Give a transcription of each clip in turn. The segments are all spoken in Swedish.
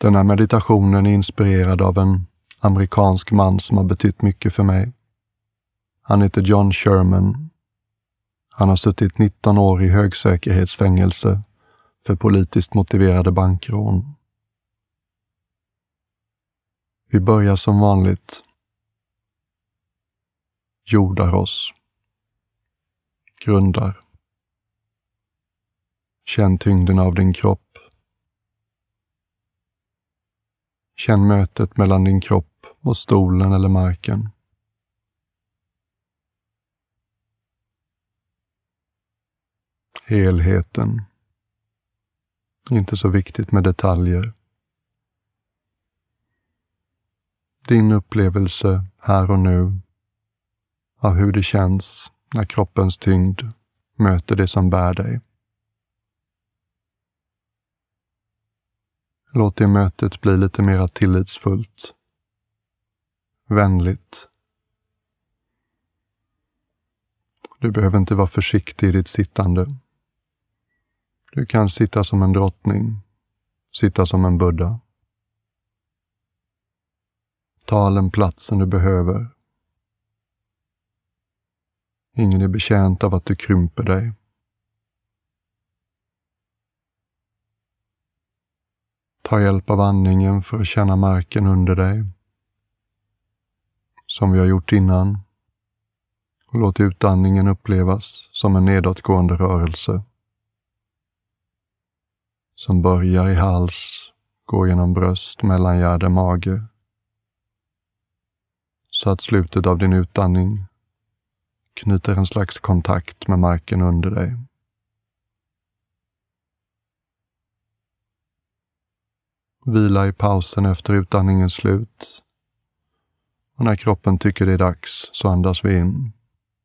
Den här meditationen är inspirerad av en amerikansk man som har betytt mycket för mig. Han heter John Sherman. Han har suttit 19 år i högsäkerhetsfängelse för politiskt motiverade bankrån. Vi börjar som vanligt. Jordar oss. Grundar. Känn tyngden av din kropp. Känn mötet mellan din kropp och stolen eller marken. Helheten. Inte så viktigt med detaljer. Din upplevelse här och nu av hur det känns när kroppens tyngd möter det som bär dig. Låt det mötet bli lite mer tillitsfullt. Vänligt. Du behöver inte vara försiktig i ditt sittande. Du kan sitta som en drottning. Sitta som en buddha. Ta all den platsen du behöver. Ingen är betjänt av att du krymper dig. Ta hjälp av andningen för att känna marken under dig. Som vi har gjort innan. Låt utandningen upplevas som en nedåtgående rörelse. Som börjar i hals, går genom bröst, mellangärde, mage. Så att slutet av din utandning knyter en slags kontakt med marken under dig. Vila i pausen efter utandningens slut. Och när kroppen tycker det är dags så andas vi in.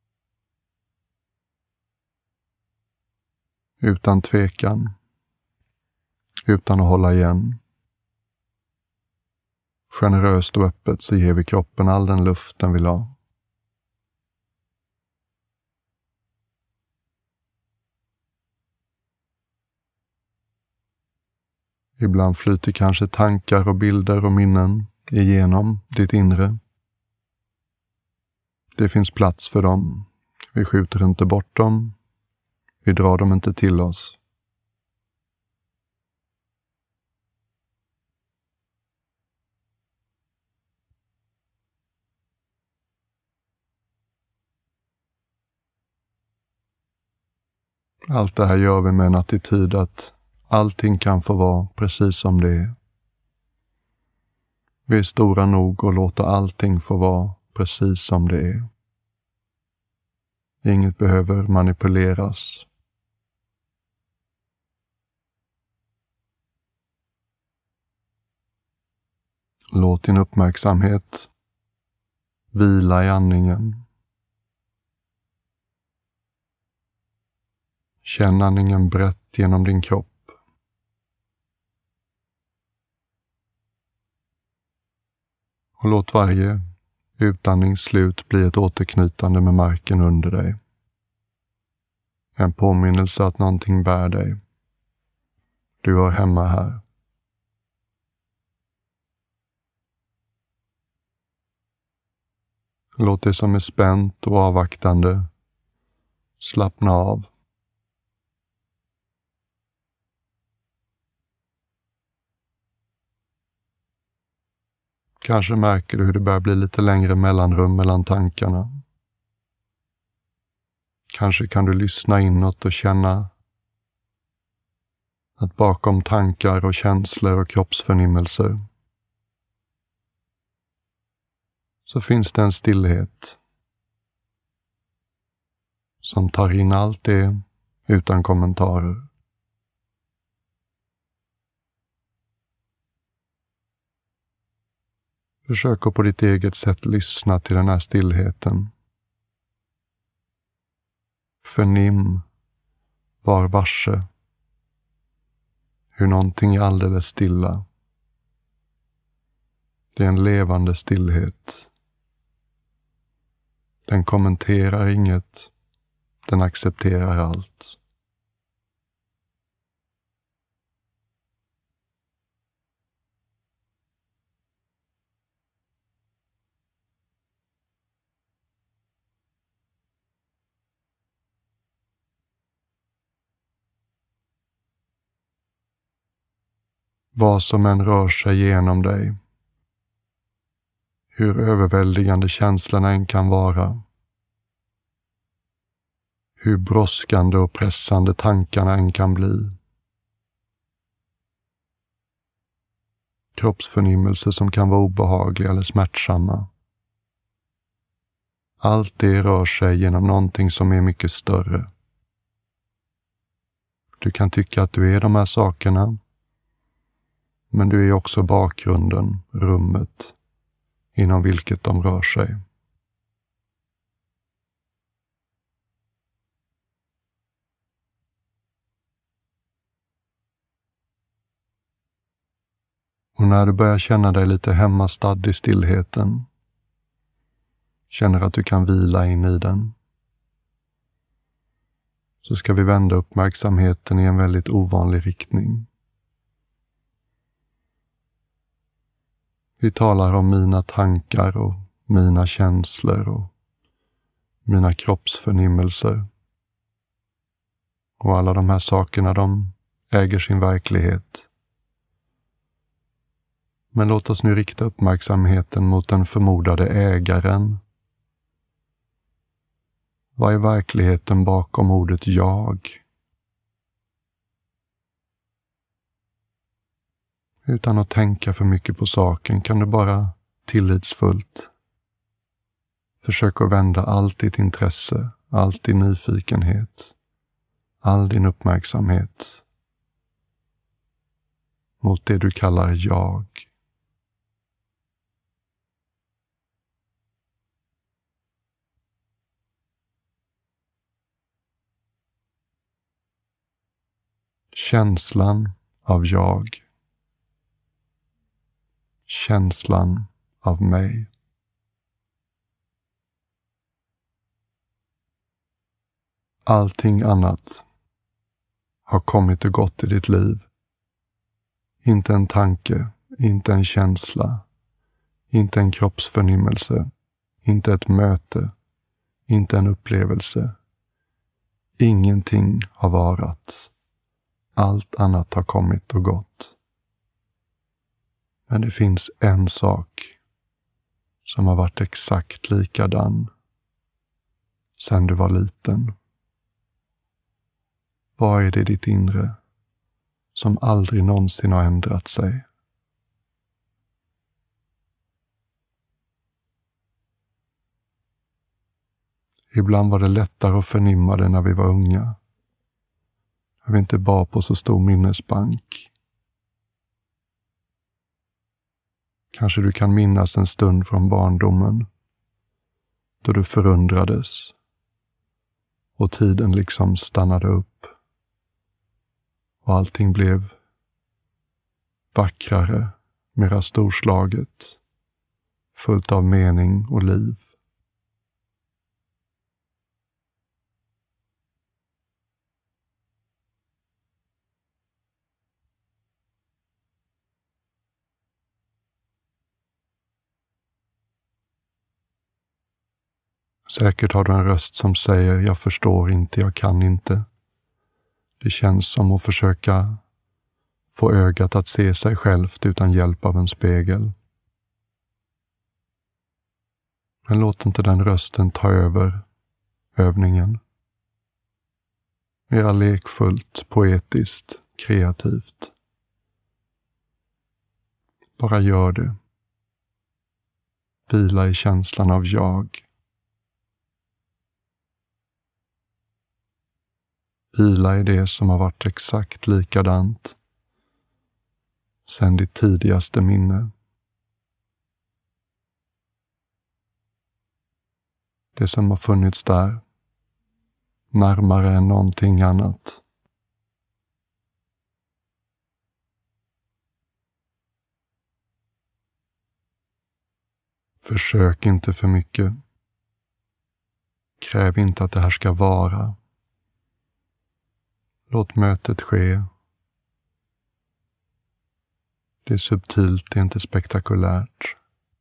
Utan tvekan. Utan att hålla igen. Generöst och öppet så ger vi kroppen all den luft den vill ha. Ibland flyter kanske tankar och bilder och minnen igenom ditt inre. Det finns plats för dem. Vi skjuter inte bort dem. Vi drar dem inte till oss. Allt det här gör vi med en attityd att allting kan få vara precis som det är. Vi är stora nog att låta allting få vara precis som det är. Inget behöver manipuleras. Låt din uppmärksamhet vila i andningen. Känn andningen brett genom din kropp. Och låt varje utandningsslut bli ett återknytande med marken under dig. En påminnelse att någonting bär dig. Du hör hemma här. Låt det som är spänt och avvaktande slappna av. Kanske märker du hur det börjar bli lite längre mellanrum mellan tankarna. Kanske kan du lyssna inåt och känna att bakom tankar och känslor och kroppsförnimmelser så finns det en stillhet som tar in allt det utan kommentarer. Försök att på ditt eget sätt lyssna till den här stillheten. Förnim, var varse, hur någonting är alldeles stilla. Det är en levande stillhet. Den kommenterar inget, den accepterar allt. Vad som än rör sig genom dig, hur överväldigande känslorna än kan vara, hur brådskande och pressande tankarna än kan bli, kroppsförnimmelser som kan vara obehagliga eller smärtsamma. Allt det rör sig genom någonting som är mycket större. Du kan tycka att du är de här sakerna, men du är också bakgrunden, rummet, inom vilket de rör sig. Och när du börjar känna dig lite hemmastad i stillheten, känner att du kan vila in i den, så ska vi vända uppmärksamheten i en väldigt ovanlig riktning. Vi talar om mina tankar och mina känslor och mina kroppsförnimmelser. Och alla de här sakerna, de äger sin verklighet. Men låt oss nu rikta uppmärksamheten mot den förmodade ägaren. Vad är verkligheten bakom ordet jag? Utan att tänka för mycket på saken kan du bara tillitsfullt försöka vända allt ditt intresse, allt din nyfikenhet, all din uppmärksamhet mot det du kallar jag. Känslan av jag. Känslan av mig. Allting annat har kommit och gått i ditt liv. Inte en tanke, inte en känsla, inte en kroppsförnimmelse, inte ett möte, inte en upplevelse. Ingenting har varat. Allt annat har kommit och gått. Men det finns en sak som har varit exakt likadan sedan du var liten. Vad är det i ditt inre som aldrig någonsin har ändrat sig? Ibland var det lättare att förnimma det när vi var unga. När vi inte bar på så stor minnesbank. Kanske du kan minnas en stund från barndomen då du förundrades och tiden liksom stannade upp och allting blev vackrare, mera storslaget, fullt av mening och liv. Säkert har du en röst som säger jag förstår inte, jag kan inte. Det känns som att försöka få ögat att se sig självt utan hjälp av en spegel. Men låt inte den rösten ta över övningen. Mera lekfullt, poetiskt, kreativt. Bara gör det. Vila i känslan av jag. Vila i det som har varit exakt likadant sedan ditt tidigaste minne. Det som har funnits där, närmare än någonting annat. Försök inte för mycket. Kräv inte att det här ska vara. Låt mötet ske. Det är subtilt, det är inte spektakulärt.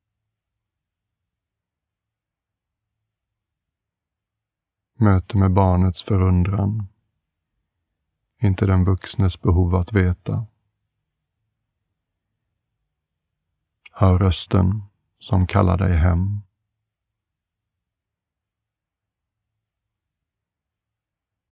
Möte med barnets förundran. Inte den vuxnes behov att veta. Hör rösten som kallar dig hem.